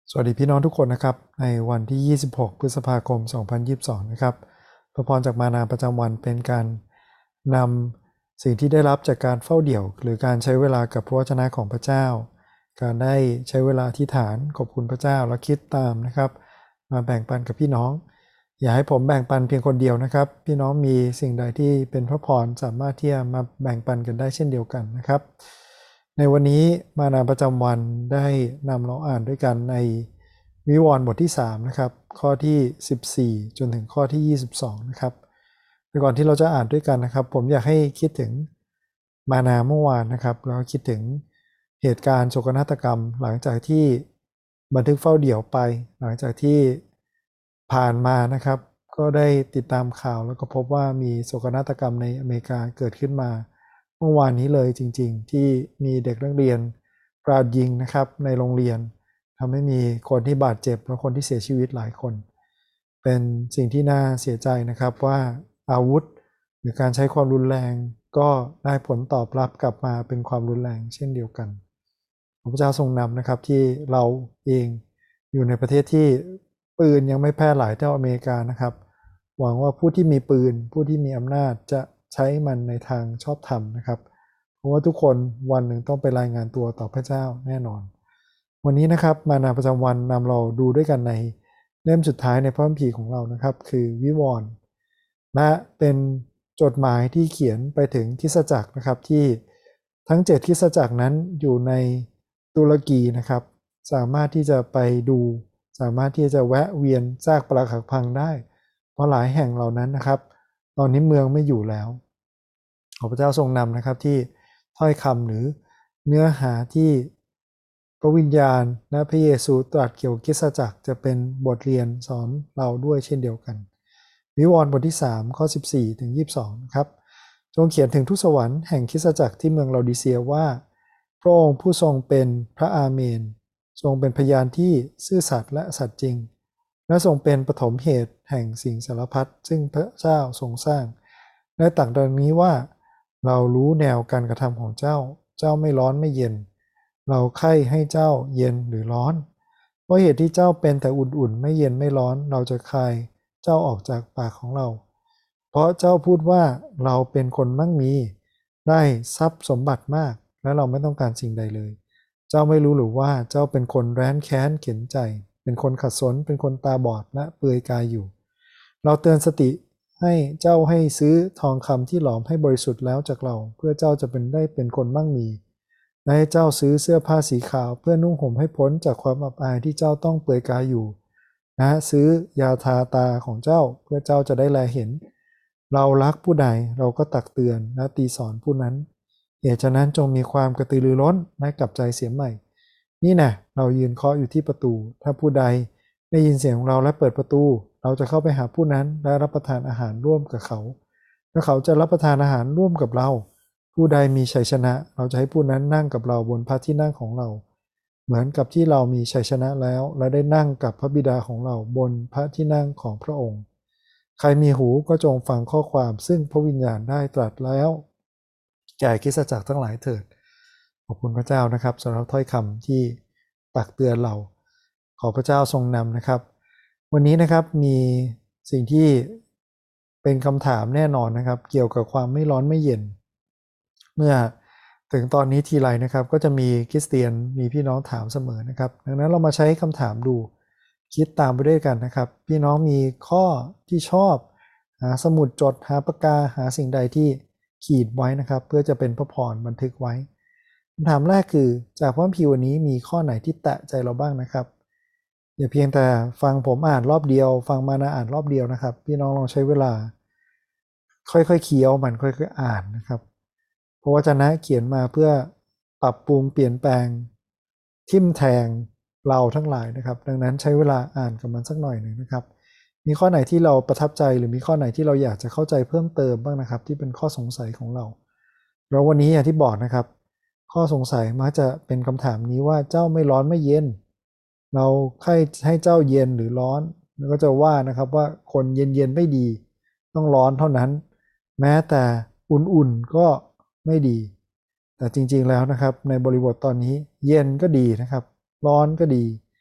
สวัสดีพี่น้องทุกคนนะครับในวันที่ 26 พฤษภาคม 2022 นะครับพระพรจากมานาประจำวันเป็นการนำสิ่งที่ได้รับจากการเฝ้าเดี่ยวหรือการใช้เวลากับพระวจนะของพระเจ้าการได้ใช้เวลาที่ฐานขอบคุณพระเจ้าและคิดตามนะครับมาแบ่งปันกับพี่น้องอย่าให้ผมแบ่งปันเพียงคนเดียวนะครับพี่น้องมีสิ่งใดที่เป็นพระพรสามารถที่จะมาแบ่งปันกันได้เช่นเดียวกันนะครับในวันนี้มานาประจำวันได้นำเราอ่านด้วยกันในวิวรณ์บทที่3นะครับข้อที่14จนถึงข้อที่22นะครับแต่ก่อนที่เราจะอ่านด้วยกันนะครับผมอยากให้คิดถึงมานาเมื่อวานนะครับแล้วคิดถึงเหตุการณ์โศกนาฏกรรมหลังจากที่บันทึกเฝ้าเดี่ยวไปหลังจากที่ผ่านมานะครับก็ได้ติดตามข่าวแล้วก็พบว่ามีโศกนาฏกรรมในอเมริกาเกิดขึ้นมาเมื่อวานนี้เลยจริงๆที่มีเด็กนักเรียนกราดยิงนะครับในโรงเรียนทำให้มีคนที่บาดเจ็บและคนที่เสียชีวิตหลายคนเป็นสิ่งที่น่าเสียใจนะครับว่าอาวุธหรือการใช้ความรุนแรงก็ได้ผลตอบรับกลับมาเป็นความรุนแรงเช่นเดียวกันพระเจ้าทรงนำนะครับที่เราเองอยู่ในประเทศที่ปืนยังไม่แพร่หลายเท่าอเมริกานะครับหวังว่าผู้ที่มีปืนผู้ที่มีอำนาจจะใช้มันในทางชอบธรรมนะครับเพราะว่าทุกคนวันหนึ่งต้องไปรายงานตัวต่อพระเจ้าแน่นอนวันนี้นะครับมานาประจำวันนำเราดูด้วยกันในเล่มสุดท้ายในพระคัมภีร์ของเรานะครับคือวิวรณ์และเป็นจดหมายที่เขียนไปถึงคริสตจักรนะครับที่ทั้ง7คริสตจักรนั้นอยู่ในตุรกีนะครับสามารถที่จะไปดูสามารถที่จะแวะเวียนซากปรักหักพังได้เพราะหลายแห่งเหล่านั้นนะครับตอนนี้เมืองไม่อยู่แล้วขอพระเจ้าทรงนำนะครับที่ถ้อยคำหรือเนื้อหาที่พระวิญญาณและพระเยซูตรัสเกี่ยวกับคริสตจักรจะเป็นบทเรียนสอนเราด้วยเช่นเดียวกันวิวรณ์บทที่3ข้อ14ถึง22ครับจงเขียนถึงทูตสวรรค์แห่งคริสตจักรที่เมืองลาดิเซียว่าพระองค์ผู้ทรงเป็นพระอาเมนทรงเป็นพยานที่ซื่อสัตย์และสัตย์จริงและทรงเป็นปฐมเหตุแห่งสิ่งสารพัดซึ่งพระเจ้าทรงสร้างและตรัสดังนี้ว่าเรารู้แนวการกระทำของเจ้าเจ้าไม่ร้อนไม่เย็นเราใคร่ให้เจ้าเย็นหรือร้อนเพราะเหตุที่เจ้าเป็นแต่อุ่นๆไม่เย็นไม่ร้อนเราจะคายเจ้าออกจากปากของเราเพราะเจ้าพูดว่าเราเป็นคนมั่งมีได้ทรัพย์สมบัติมากและเราไม่ต้องการสิ่งใดเลยเจ้าไม่รู้หรือว่าเจ้าเป็นคนแร้นแค้นเข็นใจเป็นคนขัดสนเป็นคนตาบอดและเปลือยกายอยู่เราเตือนสติให้เจ้าให้ซื้อทองคำที่หลอมให้บริสุทธิ์แล้วจากเราเพื่อเจ้าจะเป็นคนมั่งมีและให้เจ้าซื้อเสื้อผ้าสีขาวเพื่อนุ่งห่มให้พ้นจากความอับอายที่เจ้าต้องเปลือยกายอยู่นะซื้อยาทาตาของเจ้าเพื่อเจ้าจะได้แลเห็นเรารักผู้ใดเราก็ตักเตือนและตีสอนผู้นั้นเหตุฉะนั้นจงมีความกระตือรือร้นและกลับใจเสียใหม่นี่นะเรายืนเคาะอยู่ที่ประตูถ้าผู้ใดได้ยินเสียงของเราและเปิดประตูเราจะเข้าไปหาผู้นั้นและรับประทานอาหารร่วมกับเขาและเขาจะรับประทานอาหารร่วมกับเราผู้ใดมีชัยชนะเราจะให้ผู้นั้นนั่งกับเราบนพระที่นั่งของเราเหมือนกับที่เรามีชัยชนะแล้วและได้นั่งกับพระบิดาของเราบนพระที่นั่งของพระองค์ใครมีหูก็จงฟังข้อความซึ่งพระวิญญาณได้ตรัสแล้วแก่คริสตจักรทั้งหลายเถิดขอบคุณพระเจ้านะครับสำหรับถ้อยคำที่ตักเตือนเราขอพระเจ้าทรงนำนะครับวันนี้นะครับมีสิ่งที่เป็นคำถามแน่นอนนะครับเกี่ยวกับความไม่ร้อนไม่เย็นเมื่อถึงตอนนี้ทีไรนะครับก็จะมีคริสเตียนมีพี่น้องถามเสมอนะครับดังนั้นเรามาใช้คำถามดูคิดตามไปด้วยกันนะครับพี่น้องมีข้อที่ชอบหาสมุดจดหาปากกาหาสิ่งใดที่ขีดไว้นะครับเพื่อจะเป็นพระพรบันทึกไว้คำถามแรกคือจากพระคัมภีร์วันนี้มีข้อไหนที่แตะใจเราบ้างนะครับอย่าเพียงแต่ฟังผมอ่านรอบเดียวฟังมานะอ่านรอบเดียวนะครับพี่น้องลองใช้เวลาค่อยๆเคี้ยวมันค่อยๆอ่านนะครับเพราะวจนะเขียนมาเพื่อปรับปรุงเปลี่ยนแปลงทิ่มแทงเราทั้งหลายนะครับดังนั้นใช้เวลาอ่านกับมันสักหน่อยหนึ่งนะครับมีข้อไหนที่เราประทับใจหรือมีข้อไหนที่เราอยากจะเข้าใจเพิ่มเติมบ้างนะครับที่เป็นข้อสงสัยของเราแล้ววันนี้อย่างที่บอกนะครับข้อสงสัยมักจะเป็นคำถามนี้ว่าเจ้าไม่ร้อนไม่เย็นเราให้เจ้าเย็นหรือร้อนแล้วก็จะว่านะครับว่าคนเย็นๆไม่ดีต้องร้อนเท่านั้นแม้แต่อุ่นๆก็ไม่ดีแต่จริงๆแล้วนะครับในบริบทตอนนี้เย็นก็ดีนะครับร้อนก็ดี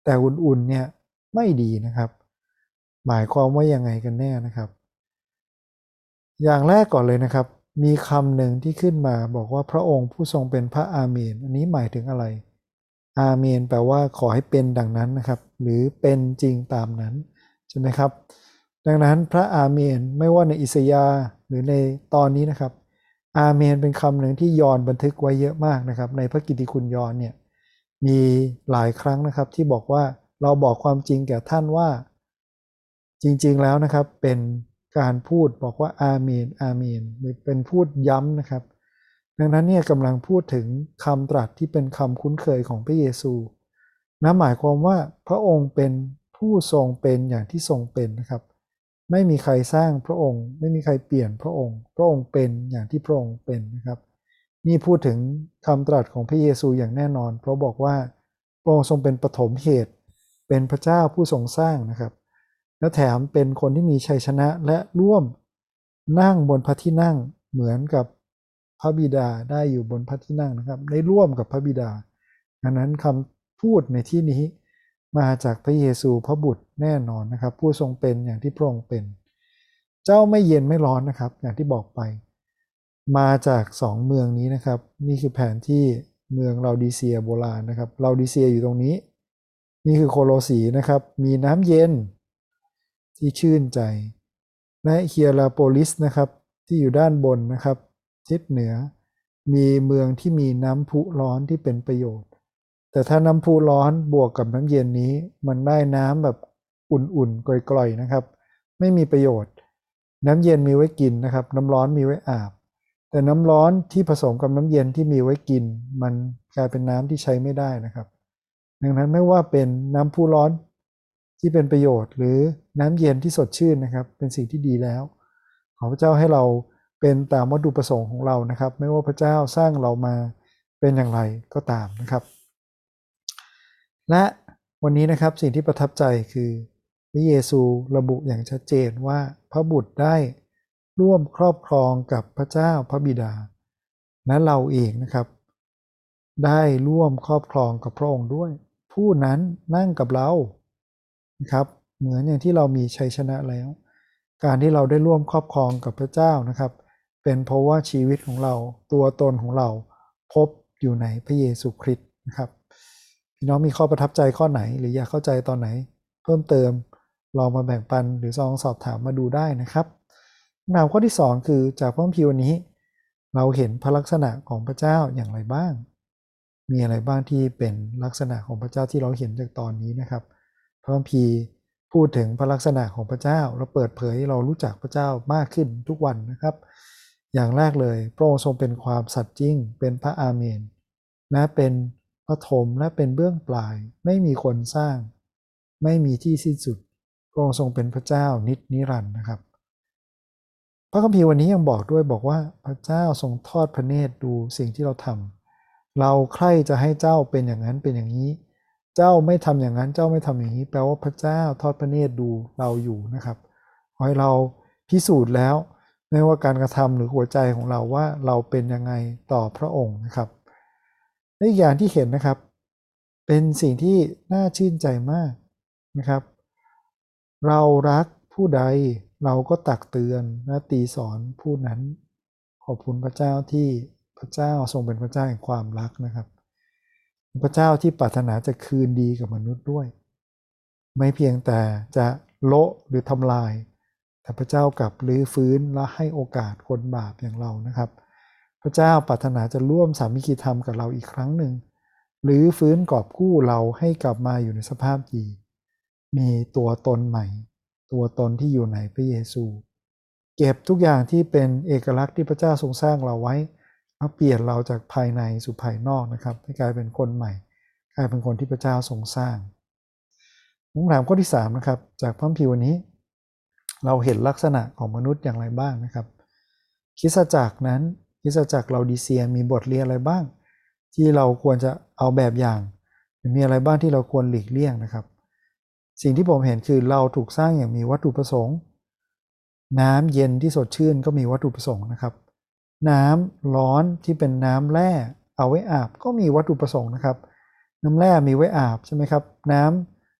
แต่อุ่นๆเนี่ยไม่ดีนะครับหมายความว่ายังไงกันแน่นะครับอย่างแรกก่อนเลยนะครับมีคำหนึ่งที่ขึ้นมาบอกว่าพระองค์ผู้ทรงเป็นพระอาเมนอันนี้หมายถึงอะไรอาเมนแปลว่าขอให้เป็นดังนั้นนะครับหรือเป็นจริงตามนั้นใช่ไหมครับดังนั้นพระอาเมนไม่ว่าในอิสยาห์หรือในตอนนี้นะครับอาเมนเป็นคำหนึ่งที่ยอห์นบันทึกไว้เยอะมากนะครับในพระกิตติคุณยอห์นเนี่ยมีหลายครั้งนะครับที่บอกว่าเราบอกความจริงแก่ท่านว่าจริงๆแล้วนะครับเป็นการพูดบอกว่าอาเมนอาเมนเป็นพูดย้ำนะครับดังนั้นเนี่ยกำลังพูดถึงคำตรัสที่เป็นคำคุ้นเคยของพระเยซูนั่นหมายความว่าพระองค์เป็นผู้ทรงเป็นอย่างที่ทรงเป็นนะครับไม่มีใครสร้างพระองค์ไม่มีใครเปลี่ยนพระองค์พระองค์เป็นอย่างที่พระองค์เป็นนะครับนี่พูดถึงคำตรัสของพระเยซูอย่างแน่นอนเพราะบอกว่าพระองค์ทรงเป็นปฐมเหตุเป็นพระเจ้าผู้ทรงสร้างนะครับและแถมเป็นคนที่มีชัยชนะและร่วมนั่งบนพระที่นั่งเหมือนกับพระบิดาได้อยู่บนพระที่นั่งนะครับได้ร่วมกับพระบิดาดังนั้นคำพูดในที่นี้มาจากพระเยซูพระบุตรแน่นอนนะครับผู้ทรงเป็นอย่างที่พระองค์เป็นเจ้าไม่เย็นไม่ร้อนนะครับอย่างที่บอกไปมาจาก2เมืองนี้นะครับนี่คือแผนที่เมืองลาดิเซียโบราณนะครับลาดิเซียอยู่ตรงนี้นี่คือโคโลสีนะครับมีน้ำเย็นที่ชื่นใจและเฮียราโปลิสนะครับที่อยู่ด้านบนนะครับทิศเหนือมีเมืองที่มีน้ำพุร้อนที่เป็นประโยชน์แต่ถ้าน้ำพุร้อนบวกกับน้ำเย็นนี้มันได้น้ำแบบอุ่นๆกร่อยๆนะครับไม่มีประโยชน์น้ำเย็นมีไว้กินนะครับน้ำร้อนมีไว้อาบแต่น้ำร้อนที่ผสมกับน้ำเย็นที่มีไว้กินมันกลายเป็นน้ำที่ใช้ไม่ได้นะครับดังนั้นไม่ว่าเป็นน้ำพุร้อนที่เป็นประโยชน์หรือน้ำเย็นที่สดชื่นนะครับเป็นสิ่งที่ดีแล้วขอพระเจ้าให้เราเป็นตามวัตถุประสงค์ของเรานะครับไม่ว่าพระเจ้าสร้างเรามาเป็นอย่างไรก็ตามนะครับและวันนี้นะครับสิ่งที่ประทับใจคือพระเยซูระบุอย่างชัดเจนว่าพระบุตรได้ร่วมครอบครองกับพระเจ้าพระบิดาและเราเองนะครับได้ร่วมครอบครองกับพระองค์ด้วยผู้นั้นนั่งกับเรานะครับเหมือนอย่างที่เรามีชัยชนะแล้วการที่เราได้ร่วมครอบครองกับพระเจ้านะครับเป็นเพราะว่าชีวิตของเราตัวตนของเราพบอยู่ในพระเยซูคริสต์นะครับพี่น้องมีข้อประทับใจข้อไหนหรืออยากเข้าใจตอนไหนเพิ่มเติมลองมาแบ่งปันหรือลองสอบถามมาดูได้นะครับคำถามข้อที่2คือจากพระคัมภีร์วันนี้เราเห็นพระลักษณะของพระเจ้าอย่างไรบ้างมีอะไรบ้างที่เป็นลักษณะของพระเจ้าที่เราเห็นจากตอนนี้นะครับพระคัมภีร์พูดถึงพระลักษณะของพระเจ้าเราเปิดเผยให้เรารู้จักพระเจ้ามากขึ้นทุกวันนะครับอย่างแรกเลยพระองค์ทรงเป็นความสัตย์จริงเป็นพระอาเมนและเป็นปฐมและเป็นเบื้องปลายไม่มีคนสร้างไม่มีที่สิ้นสุดพระองค์ทรงเป็นพระเจ้านิรันดร์นะครับพระคัมภีร์วันนี้ยังบอกด้วยบอกว่าพระเจ้าทรงทอดพระเนตรดูสิ่งที่เราทำเราใคร่จะให้เจ้าเป็นอย่างนั้นเป็นอย่างนี้เจ้าไม่ทำอย่างนั้นเจ้าไม่ทำอย่างนี้แปลว่าพระเจ้าทอดพระเนตรดูเราอยู่นะครับขอให้เราพิสูจน์แล้วไม่ว่าการกระทำหรือหัวใจของเราว่าเราเป็นยังไงต่อพระองค์นะครับและอีกอย่างที่เห็นนะครับเป็นสิ่งที่น่าชื่นใจมากนะครับเรารักผู้ใดเราก็ตักเตือนและตีสอนผู้นั้นขอบคุณพระเจ้าที่พระเจ้าทรงเป็นพระเจ้าแห่งความรักนะครับพระเจ้าที่ปรารถนาจะคืนดีกับมนุษย์ด้วยไม่เพียงแต่จะโละหรือทำลายแต่พระเจ้ากลับลื้อฟื้นและให้โอกาสคนบาปอย่างเรานะครับพระเจ้าปรารถนาจะร่วมสามัคคีธรรมกับเราอีกครั้งหนึ่งหรือฟื้นกอบกู้เราให้กลับมาอยู่ในสภาพดีมีตัวตนใหม่ตัวตนที่อยู่ในพระเยซูเก็บทุกอย่างที่เป็นเอกลักษณ์ที่พระเจ้าทรงสร้างเราไว้มาเปลี่ยนเราจากภายในสู่ภายนอกนะครับให้กลายเป็นคนใหม่กลายเป็นคนที่พระเจ้าทรงสร้างคำถามข้อที่3นะครับจากพระคัมภีร์วันนี้เราเห็นลักษณะของมนุษย์อย่างไรบ้างนะครับคริสตจักรนั้นคริสตจักรลาดิเซียมีบทเรียนอะไรบ้างที่เราควรจะเอาแบบอย่างมีอะไรบ้างที่เราควรหลีกเลี่ยงนะครับสิ่งที่ผมเห็นคือเราถูกสร้างอย่างมีวัตถุประสงค์น้ำเย็นที่สดชื่นก็มีวัตถุประสงค์นะครับน้ำร้อนที่เป็นน้ำแร่เอาไว้อาบก็มีวัตถุประสงค์นะครับน้ำแร่มีไว้อาบใช่ไหมครับน้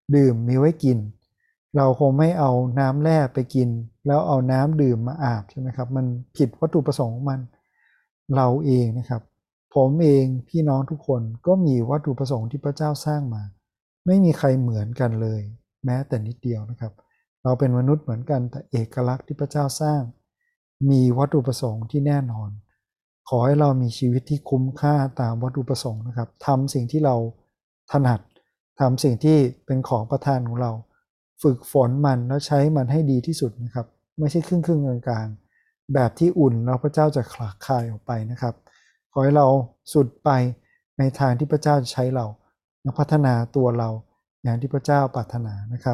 ดื่มมีไว้กินเราคงไม่เอาน้ำแร่ไปกินแล้วเอาน้ำดื่มมาอาบใช่ไหมครับมันผิดวัตถุประสงค์ของมันเราเองนะครับผมเองพี่น้องทุกคนก็มีวัตถุประสงค์ที่พระเจ้าสร้างมาไม่มีใครเหมือนกันเลยแม้แต่นิดเดียวนะครับเราเป็นมนุษย์เหมือนกันแต่เอกลักษณ์ที่พระเจ้าสร้างมีวัตถุประสงค์ที่แน่นอนขอให้เรามีชีวิตที่คุ้มค่าตามวัตถุประสงค์นะครับทำสิ่งที่เราถนัดทำสิ่งที่เป็นของประทานของเราฝึกฝนมันแล้วใช้มันให้ดีที่สุดนะครับไม่ใช่ครึ่งกลางๆแบบที่อุ่นแล้วพระเจ้าจะคลาคายออกไปนะครับขอให้เราสุดไปในทางที่พระเจ้าจะใช้เราพัฒนาตัวเราอย่างที่พระเจ้าปรารถนานะครับ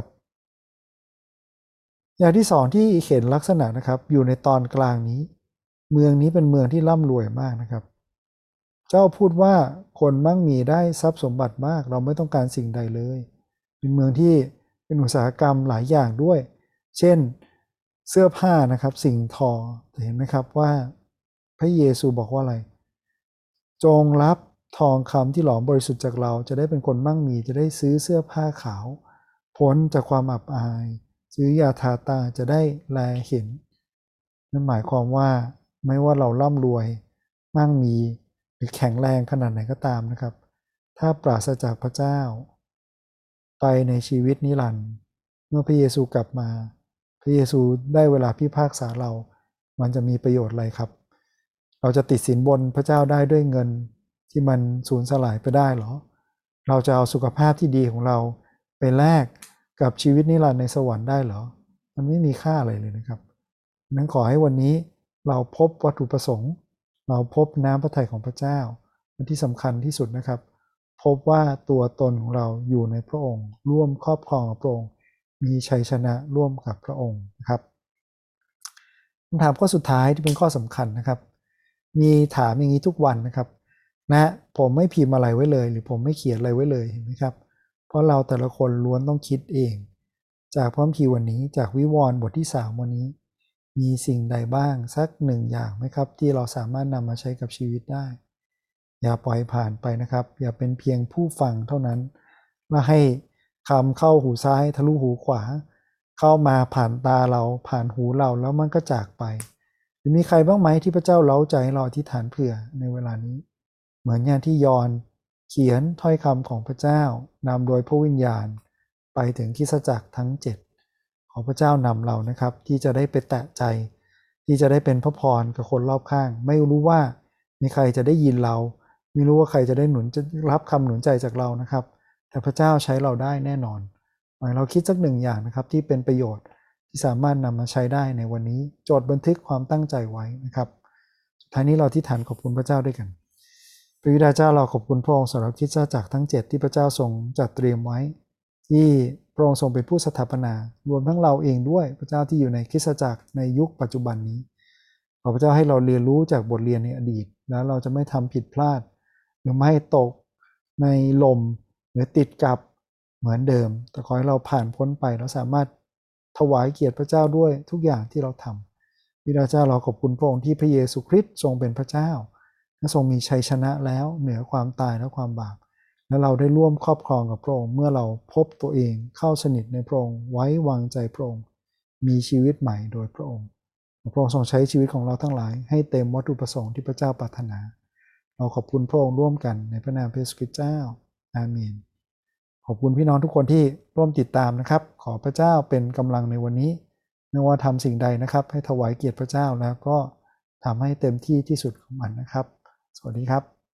อย่างที่สองที่เห็นลักษณะนะครับอยู่ในตอนกลางนี้เมืองนี้เป็นเมืองที่ร่ำรวยมากนะครับเจ้าพูดว่าคนมั่งมีได้ทรัพย์สมบัติมากเราไม่ต้องการสิ่งใดเลยเป็นเมืองที่เป็นอุตสาหกรรมหลายอย่างด้วยเช่นเสื้อผ้านะครับสิ่งทอเห็นไหมครับว่าพระเยซูบอกว่าอะไรจงรับทองคำที่หลอมบริสุทธิ์จากเราจะได้เป็นคนมั่งมีจะได้ซื้อเสื้อผ้าขาวพ้นจากความอับอายซื้อยาทาตาจะได้แลเห็นนั่นหมายความว่าไม่ว่าเราร่ำรวยมั่งมีหรือแข็งแรงขนาดไหนก็ตามนะครับถ้าปราศจากพระเจ้าไปในชีวิตนิรันดร์เมื่อพระเยซูกลับมาพระเยซูได้เวลาพิพากษาเรามันจะมีประโยชน์อะไรครับเราจะติดสินบนพระเจ้าได้ด้วยเงินที่มันสูญสลายไปได้หรอเราจะเอาสุขภาพที่ดีของเราไปแลกกับชีวิตนิรันดร์ในสวรรค์ได้หรอมันไม่มีค่าอะไรเลยนะครับนั้นขอให้วันนี้เราพบวัตถุประสงค์เราพบน้ำพระทัยของพระเจ้าและที่สำคัญที่สุดนะครับพบว่าตัวตนของเราอยู่ในพระองค์ร่วมครอบครองกับพระองค์มีชัยชนะร่วมกับพระองค์นะครับคำถามข้อสุดท้ายที่เป็นข้อสำคัญนะครับมีถามอย่างนี้ทุกวันนะครับนะผมไม่พิมพ์อะไรไว้เลยหรือผมไม่เขียนอะไรไว้เลยเห็นไหมครับเพราะเราแต่ละคนล้วนต้องคิดเองจากพระคัมภีร์วันนี้จากวิวรณ์บทที่3วันนี้มีสิ่งใดบ้างสักหนึ่งอย่างไหมครับที่เราสามารถนำมาใช้กับชีวิตได้อย่าปล่อยผ่านไปนะครับอย่าเป็นเพียงผู้ฟังเท่านั้นมาให้คำเข้าหูซ้ายทะลุหูขวาเข้ามาผ่านตาเราผ่านหูเราแล้วมันก็จากไปมีใครบ้างไหมที่พระเจ้าเล้าใจเราอธิษฐานเผื่อในเวลานี้เหมือนอย่างที่ยอห์นเขียนถ้อยคำของพระเจ้านำโดยพระวิญญาณไปถึงคริสตจักรทั้ง7ขอพระเจ้านำเรานะครับที่จะได้ไปแตะใจที่จะได้เป็นพระพรกับคนรอบข้างไม่รู้ว่ามีใครจะได้ยินเราไม่รู้ว่าใครจะได้จะรับคำหนุนใจจากเรานะครับแต่พระเจ้าใช้เราได้แน่นอนเราคิดสักหนึ่งอย่างนะครับที่เป็นประโยชน์ที่สามารถนำมาใช้ได้ในวันนี้จดบันทึกความตั้งใจไว้นะครับสุดท้ายนี้เราที่ฐานขอบคุณพระเจ้าด้วยกันพระบิดาเจ้าเราขอบคุณพระองค์สำหรับคริสตจักรทั้ง7ที่พระเจ้าทรงจัดเตรียมไว้ที่พระองค์ทรงเป็นผู้สถาปนารวมทั้งเราเองด้วยพระเจ้าที่อยู่ในคริสตจักรในยุคปัจจุบันนี้ขอพระเจ้าให้เราเรียนรู้จากบทเรียนในอดีตแล้วเราจะไม่ทำผิดพลาดหรือไม่ตกในลมหรือติดกับเหมือนเดิมแต่ขอให้เราผ่านพ้นไปแล้วสามารถถวายเกียรติพระเจ้าด้วยทุกอย่างที่เราทำบิดาเจ้าเราขอบคุณพระองค์ที่พระเยซูคริสต์ทรงเป็นพระเจ้าและทรงมีชัยชนะแล้วเหนือความตายและความบาปและเราได้ร่วมครอบครองกับพระองค์เมื่อเราพบตัวเองเข้าสนิทในพระองค์ไว้วางใจพระองค์มีชีวิตใหม่โดยพระองค์พระองค์ทรงใช้ชีวิตของเราทั้งหลายให้เต็มวัตถุประสงค์ที่พระเจ้าปรารถนาเราขอบคุณพระองค์ร่วมกันในพระนามพระเยซูคริสต์เจ้าอาเมนขอบคุณพี่น้องทุกคนที่ร่วมติดตามนะครับขอพระเจ้าเป็นกำลังในวันนี้ไม่ว่าทำสิ่งใดนะครับให้ถวายเกียรติพระเจ้าแล้วก็ทำให้เต็มที่ที่สุดของมันนะครับสวัสดีครับ